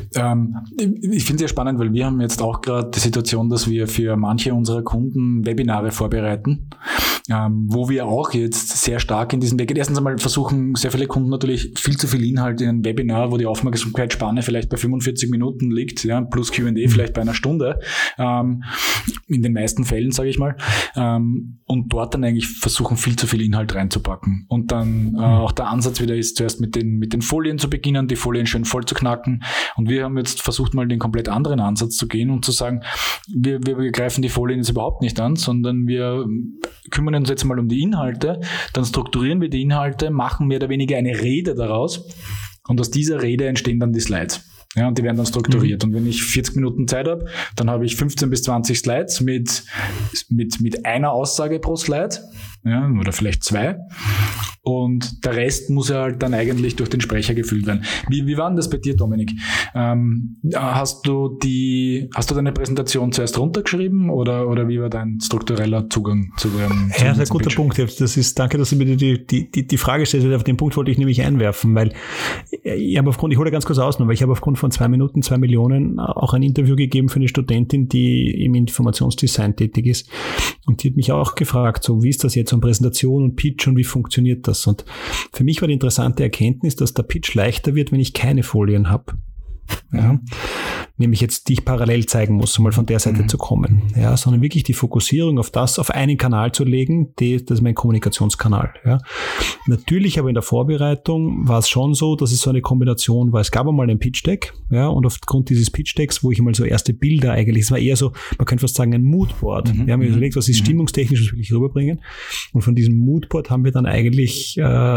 Ich finde es sehr spannend, weil wir haben jetzt auch gerade die Situation, dass wir für manche unserer Kunden Webinare vorbereiten, wo wir auch jetzt sehr stark in diesen Weg, erstens einmal versuchen sehr viele Kunden natürlich viel zu viel Inhalt in einem Webinar, wo die Aufmerksamkeitsspanne vielleicht bei 45 Minuten liegt, ja, plus Q&A vielleicht bei einer Stunde, in den meisten Fällen, sage ich mal, und dort dann eigentlich versuchen, viel zu viel Inhalt reinzupacken. Und dann auch der Ansatz wieder ist, zuerst mit den Folien zu beginnen, die Folien schön voll zu knacken. Und wir haben jetzt versucht, mal den komplett anderen Ansatz zu gehen und zu sagen, wir greifen die Folien jetzt überhaupt nicht an, sondern wir kümmern uns jetzt mal um die Inhalte, dann strukturieren wir die Inhalte, machen mehr oder weniger eine Rede daraus und aus dieser Rede entstehen dann die Slides. Ja, und die werden dann strukturiert. Und wenn ich 40 Minuten Zeit habe, dann habe ich 15 bis 20 Slides mit einer Aussage pro Slide, ja, oder vielleicht 2. Und der Rest muss ja halt dann eigentlich durch den Sprecher gefüllt werden. Wie war denn das bei dir, Dominik? Hast du deine Präsentation zuerst runtergeschrieben oder wie war dein struktureller Zugang zu dem? Ja, sehr guter Punkt. Danke, dass du mir die Frage stellst. Auf den Punkt wollte ich nämlich einwerfen, weil ich hole ganz kurz aus, weil ich habe aufgrund von 2 Minuten, 2 Millionen auch ein Interview gegeben für eine Studentin, die im Informationsdesign tätig ist. Und die hat mich auch gefragt, so wie ist das jetzt um Präsentation und Pitch und wie funktioniert das? Und für mich war die interessante Erkenntnis, dass der Pitch leichter wird, wenn ich keine Folien habe. Ja, nämlich jetzt, die ich parallel zeigen muss, um mal von der Seite zu kommen. Ja, sondern wirklich die Fokussierung auf einen Kanal zu legen, das ist mein Kommunikationskanal. Ja. Natürlich aber in der Vorbereitung war es schon so, dass es so eine Kombination war. Es gab einmal ein Pitch-Deck, ja, und aufgrund dieses Pitch-Decks, wo ich mal so erste Bilder eigentlich, es war eher so, man könnte fast sagen, ein Moodboard. Wir haben überlegt, was ist stimmungstechnisch, was will ich rüberbringen. Und von diesem Moodboard haben wir dann eigentlich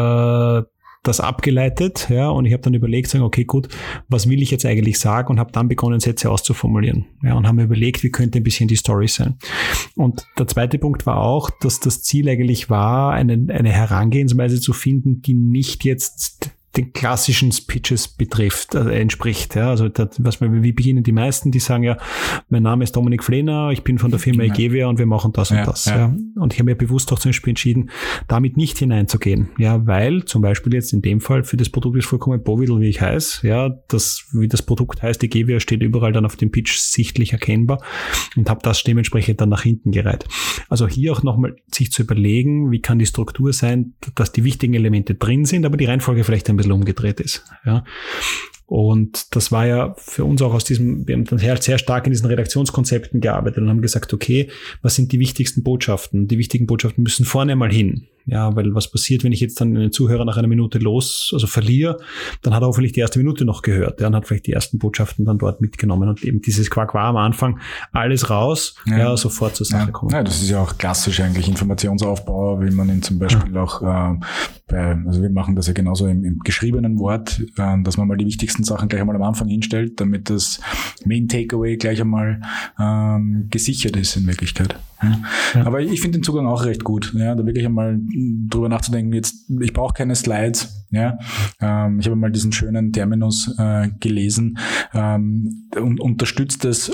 das abgeleitet, ja, und ich habe dann überlegt, sagen, okay, gut, was will ich jetzt eigentlich sagen, und habe dann begonnen, Sätze auszuformulieren, ja, und haben mir überlegt, wie könnte ein bisschen die Story sein. Und der zweite Punkt war auch, dass das Ziel eigentlich war, eine Herangehensweise zu finden, die nicht jetzt den klassischen Pitches entspricht. Ja, also wie beginnen die meisten, die sagen ja, mein Name ist Dominik Flehner, ich bin von der Firma Egevia und wir machen das und das. Ja. Und ich habe mir bewusst auch zum Beispiel entschieden, damit nicht hineinzugehen. Ja, weil zum Beispiel jetzt in dem Fall für das Produkt ist vollkommen bovidel, wie ich heiße. Ja, wie das Produkt heißt, Egevia steht überall dann auf dem Pitch sichtlich erkennbar, und habe das dementsprechend dann nach hinten gereiht. Also hier auch nochmal sich zu überlegen, wie kann die Struktur sein, dass die wichtigen Elemente drin sind, aber die Reihenfolge vielleicht ein bisschen umgedreht ist. Ja. Und das war ja für uns auch wir haben dann sehr stark in diesen Redaktionskonzepten gearbeitet und haben gesagt, okay, was sind die wichtigsten Botschaften? Die wichtigen Botschaften müssen vorne mal hin. Ja, weil was passiert, wenn ich jetzt dann den Zuhörer nach einer Minute verliere, dann hat er hoffentlich die erste Minute noch gehört, ja, und hat vielleicht die ersten Botschaften dann dort mitgenommen und eben dieses Quack am Anfang, alles raus, sofort zur Sache kommen. Ja, das ist ja auch klassisch eigentlich Informationsaufbau, wie man ihn zum Beispiel auch also wir machen das ja genauso im geschriebenen Wort, dass man mal die wichtigsten Sachen gleich einmal am Anfang hinstellt, damit das Main Takeaway gleich einmal gesichert ist in Wirklichkeit. Ja. Aber ich finde den Zugang auch recht gut, ja, da wirklich einmal drüber nachzudenken, ich brauche keine Slides, ja, ich habe mal diesen schönen Terminus gelesen, unterstütztes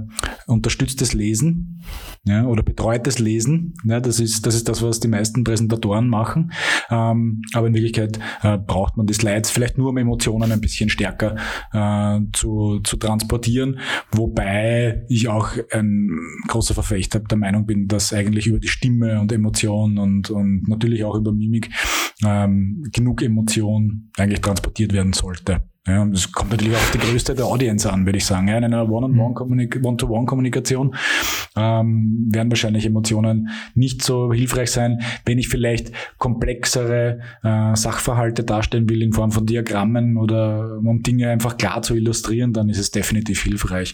Lesen, ja, oder betreutes Lesen, ja, das ist das, was die meisten Präsentatoren machen, aber in Wirklichkeit braucht man die Slides vielleicht nur, um Emotionen ein bisschen stärker zu transportieren, wobei ich auch ein großer Verfechter der Meinung bin, dass eigentlich über die Stimme und Emotion und natürlich auch über Mimik genug Emotion eigentlich transportiert werden sollte. Ja, das kommt natürlich auf die Größe der Audience an, würde ich sagen. Ja, in einer One-to-One-Kommunikation werden wahrscheinlich Emotionen nicht so hilfreich sein. Wenn ich vielleicht komplexere Sachverhalte darstellen will in Form von Diagrammen oder um Dinge einfach klar zu illustrieren, dann ist es definitiv hilfreich,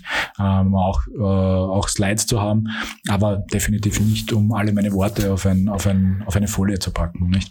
auch Slides zu haben, aber definitiv nicht, um alle meine Worte auf eine Folie zu packen, nicht?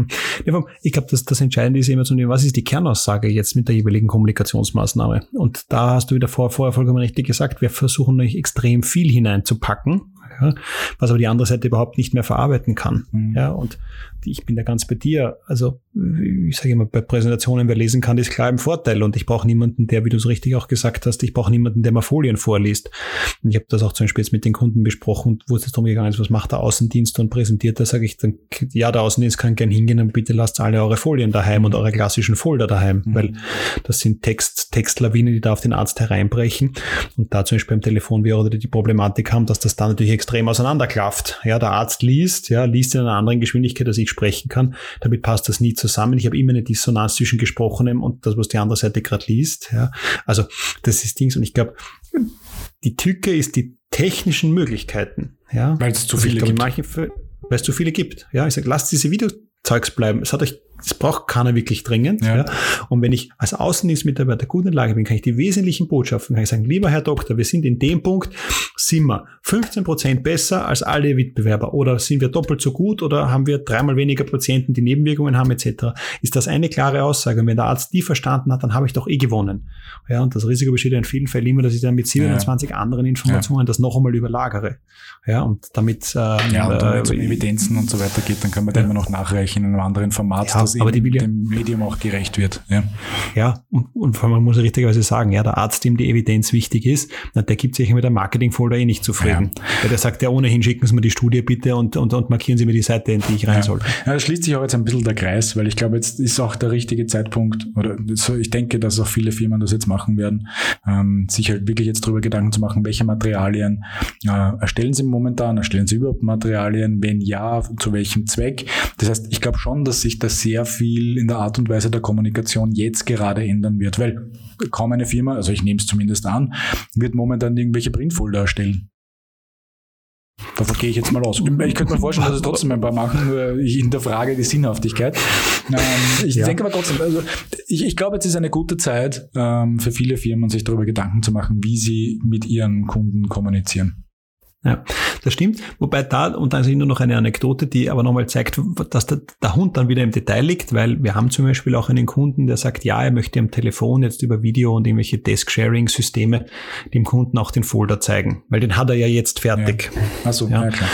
Ich glaube, das Entscheidende ist immer zu nehmen, was ist die Kernaussage jetzt mit der jeweiligen Kommunikationsmaßnahme? Und da hast du wieder vorher vollkommen richtig gesagt, wir versuchen nämlich extrem viel hineinzupacken, ja, was aber die andere Seite überhaupt nicht mehr verarbeiten kann. Mhm. Ja, und ich bin da ganz bei dir. Also ich sage immer, bei Präsentationen, wer lesen kann, ist klar im Vorteil. Und ich brauche niemanden, der, wie du es richtig auch gesagt hast, ich brauche niemanden, der mal Folien vorliest. Und ich habe das auch zum Beispiel jetzt mit den Kunden besprochen, wo es jetzt darum gegangen ist, was macht der Außendienst und präsentiert. Da sage ich dann, ja, der Außendienst kann gern hingehen und bitte lasst alle eure Folien daheim und eure klassischen Folder daheim, weil das sind Textlawinen, die da auf den Arzt hereinbrechen. Und da zum Beispiel beim Telefon wir oder die Problematik haben, dass das dann natürlich extrem auseinanderklafft. Ja, der Arzt liest in einer anderen Geschwindigkeit, als ich sprechen kann. Damit passt das nie zusammen. Ich habe immer eine Dissonanz zwischen Gesprochenem und das, was die andere Seite gerade liest. Ja, also das ist Dings. Und ich glaube, die Tücke ist die technischen Möglichkeiten. Ja, weil es zu viele gibt. Weil es zu viele gibt. Ja, ich sage, lasst diese Videozeugs bleiben. Das braucht keiner wirklich dringend. Ja. Ja. Und wenn ich als Außendienstmitarbeiter gut in der Lage bin, kann ich die wesentlichen Botschaften, kann ich sagen, lieber Herr Doktor, wir sind in dem Punkt, sind wir 15% besser als alle Wettbewerber oder sind wir doppelt so gut oder haben wir 3-mal weniger Patienten, die Nebenwirkungen haben etc. Ist das eine klare Aussage? Und wenn der Arzt die verstanden hat, dann habe ich doch gewonnen. Ja, und das Risiko besteht ja in vielen Fällen immer, dass ich dann mit 27 anderen Informationen das noch einmal überlagere. Ja, und damit und wenn es um Evidenzen und so weiter geht, dann kann man da immer noch nachreichen in einem anderen Format, dass aber dem Medium auch gerecht wird. Ja, und vor allem man muss ja richtigerweise sagen, ja, der Arzt, dem die Evidenz wichtig ist, der gibt sich mit der Marketingfolder nicht zufrieden. Ja. Weil der sagt ja ohnehin, schicken Sie mir die Studie bitte und markieren Sie mir die Seite, in die ich rein soll. Ja, da schließt sich auch jetzt ein bisschen der Kreis, weil ich glaube, jetzt ist auch der richtige Zeitpunkt, oder so, ich denke, dass auch viele Firmen das jetzt machen werden, sich halt wirklich jetzt darüber Gedanken zu machen, welche Materialien erstellen Sie momentan, erstellen Sie überhaupt Materialien, wenn ja, zu welchem Zweck. Das heißt, ich glaube schon, dass sich da sehr viel in der Art und Weise der Kommunikation jetzt gerade ändern wird, weil kaum eine Firma, also ich nehme es zumindest an, wird momentan irgendwelche Printfolder erstellen. Davon gehe ich jetzt mal aus. Ich könnte mir vorstellen, dass es trotzdem ein paar machen, nur ich hinterfrage die Sinnhaftigkeit. Ich denke aber trotzdem, also ich glaube, jetzt ist eine gute Zeit für viele Firmen, sich darüber Gedanken zu machen, wie sie mit ihren Kunden kommunizieren. Ja, das stimmt. Wobei und dann ist nur noch eine Anekdote, die aber nochmal zeigt, dass der Hund dann wieder im Detail liegt, weil wir haben zum Beispiel auch einen Kunden, der sagt, ja, er möchte am Telefon jetzt über Video und irgendwelche Desk-Sharing-Systeme dem Kunden auch den Folder zeigen, weil den hat er ja jetzt fertig. Ja. Ach so, ja klar.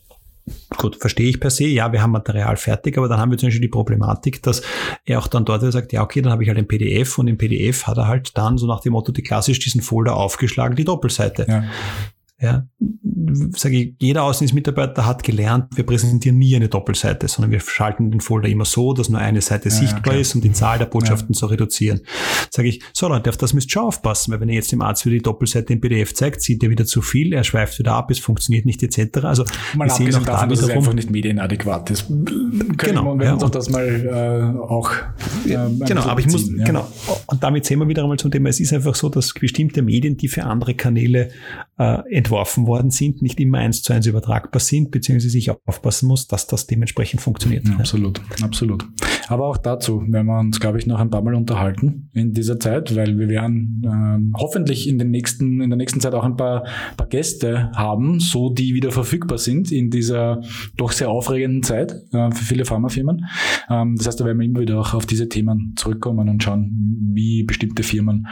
Gut, verstehe ich per se, ja, wir haben Material fertig, aber dann haben wir zum Beispiel die Problematik, dass er auch dann dort sagt, ja, okay, dann habe ich halt ein PDF und im PDF hat er halt dann so nach dem Motto, die klassisch diesen Folder aufgeschlagen, die Doppelseite. Ja. Ja, sage ich, jeder Außendienstmitarbeiter hat gelernt, wir präsentieren nie eine Doppelseite, sondern wir schalten den Folder immer so, dass nur eine Seite sichtbar ist, um die Zahl der Botschaften zu reduzieren. Sage ich, so Leute, auf das müsst ihr schon aufpassen, weil wenn ihr jetzt dem Arzt wieder die Doppelseite im PDF zeigt, sieht er wieder zu viel, er schweift wieder ab, es funktioniert nicht etc. Also mal wir sehen auch davon, dass es einfach nicht medienadäquat ist. Genau. Wir uns auch das mal auch genau, aber ich muss, genau. Und damit sehen wir wieder einmal zum Thema, es ist einfach so, dass bestimmte Medien, die für andere Kanäle entworfen worden sind, nicht immer 1:1 übertragbar sind, beziehungsweise sich auch aufpassen muss, dass das dementsprechend funktioniert. Ja, absolut. Aber auch dazu werden wir uns, glaube ich, noch ein paar Mal unterhalten in dieser Zeit, weil wir werden hoffentlich in der nächsten Zeit auch ein paar Gäste haben, so die wieder verfügbar sind in dieser doch sehr aufregenden Zeit für viele Pharmafirmen. Das heißt, da werden wir immer wieder auch auf diese Themen zurückkommen und schauen, wie bestimmte Firmen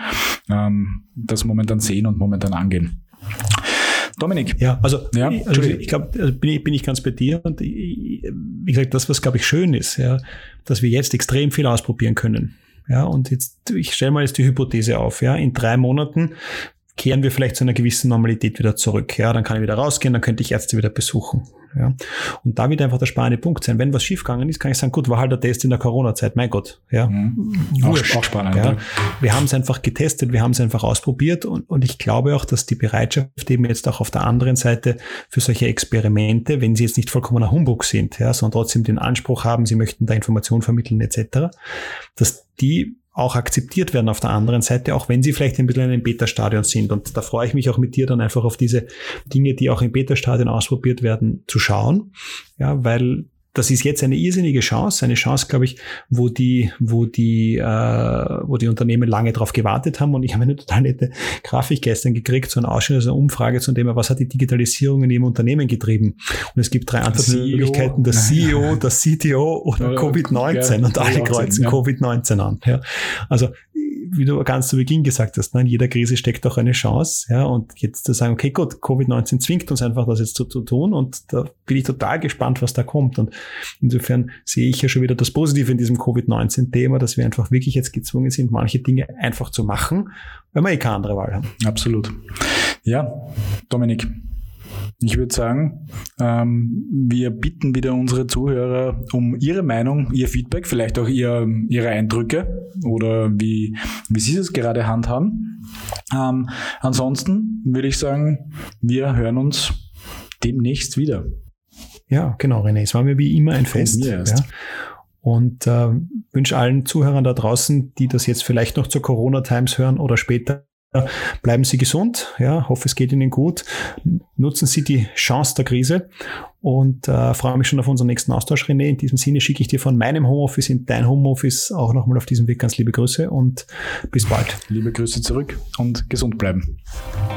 das momentan sehen und momentan angehen. Dominik. Ja, also ich glaube, bin ich ganz bei dir und wie gesagt, das, was glaube ich schön ist, ja, dass wir jetzt extrem viel ausprobieren können. Ja, und jetzt, ich stelle mal jetzt die Hypothese auf, ja, in 3 Monaten kehren wir vielleicht zu einer gewissen Normalität wieder zurück. Ja, dann kann ich wieder rausgehen, dann könnte ich Ärzte wieder besuchen. Ja, und da wird einfach der spannende Punkt sein. Wenn was schiefgegangen ist, kann ich sagen, gut, war halt der Test in der Corona-Zeit, mein Gott. Ja, auch spannend. Ja. Wir haben es einfach getestet, wir haben es einfach ausprobiert und ich glaube auch, dass die Bereitschaft eben jetzt auch auf der anderen Seite für solche Experimente, wenn sie jetzt nicht vollkommener Humbug sind, ja, sondern trotzdem den Anspruch haben, sie möchten da Informationen vermitteln etc., dass die auch akzeptiert werden auf der anderen Seite, auch wenn sie vielleicht ein bisschen in einem Beta-Stadion sind. Und da freue ich mich auch mit dir dann einfach auf diese Dinge, die auch im Beta-Stadion ausprobiert werden, zu schauen. Ja, weil das ist jetzt eine irrsinnige Chance, glaube ich, wo die Unternehmen lange drauf gewartet haben. Und ich habe eine total nette Grafik gestern gekriegt, so einen Ausschnitt, also eine Umfrage zum Thema, was hat die Digitalisierung in ihrem Unternehmen getrieben? Und es gibt 3 Antwortmöglichkeiten, der CEO, der CTO oder Covid-19 und alle kreuzen Covid-19 an. Ja. Also, wie du ganz zu Beginn gesagt hast, in jeder Krise steckt auch eine Chance. Ja, und jetzt zu sagen, okay, gut, Covid-19 zwingt uns einfach, das jetzt zu tun. Und da bin ich total gespannt, was da kommt. Und insofern sehe ich ja schon wieder das Positive in diesem Covid-19-Thema, dass wir einfach wirklich jetzt gezwungen sind, manche Dinge einfach zu machen, weil wir keine andere Wahl haben. Absolut. Ja, Dominik, ich würde sagen, wir bitten wieder unsere Zuhörer um ihre Meinung, ihr Feedback, vielleicht auch ihre Eindrücke oder wie sie es gerade handhaben. Ansonsten würde ich sagen, wir hören uns demnächst wieder. Ja, genau, René. Es war mir wie immer ein Fest. Ja. Und wünsche allen Zuhörern da draußen, die das jetzt vielleicht noch zur Corona-Times hören oder später, bleiben Sie gesund, ja, hoffe es geht Ihnen gut, nutzen Sie die Chance der Krise und freue mich schon auf unseren nächsten Austausch, René. In diesem Sinne schicke ich dir von meinem Homeoffice in dein Homeoffice auch nochmal auf diesem Weg ganz liebe Grüße und bis bald. Liebe Grüße zurück und gesund bleiben.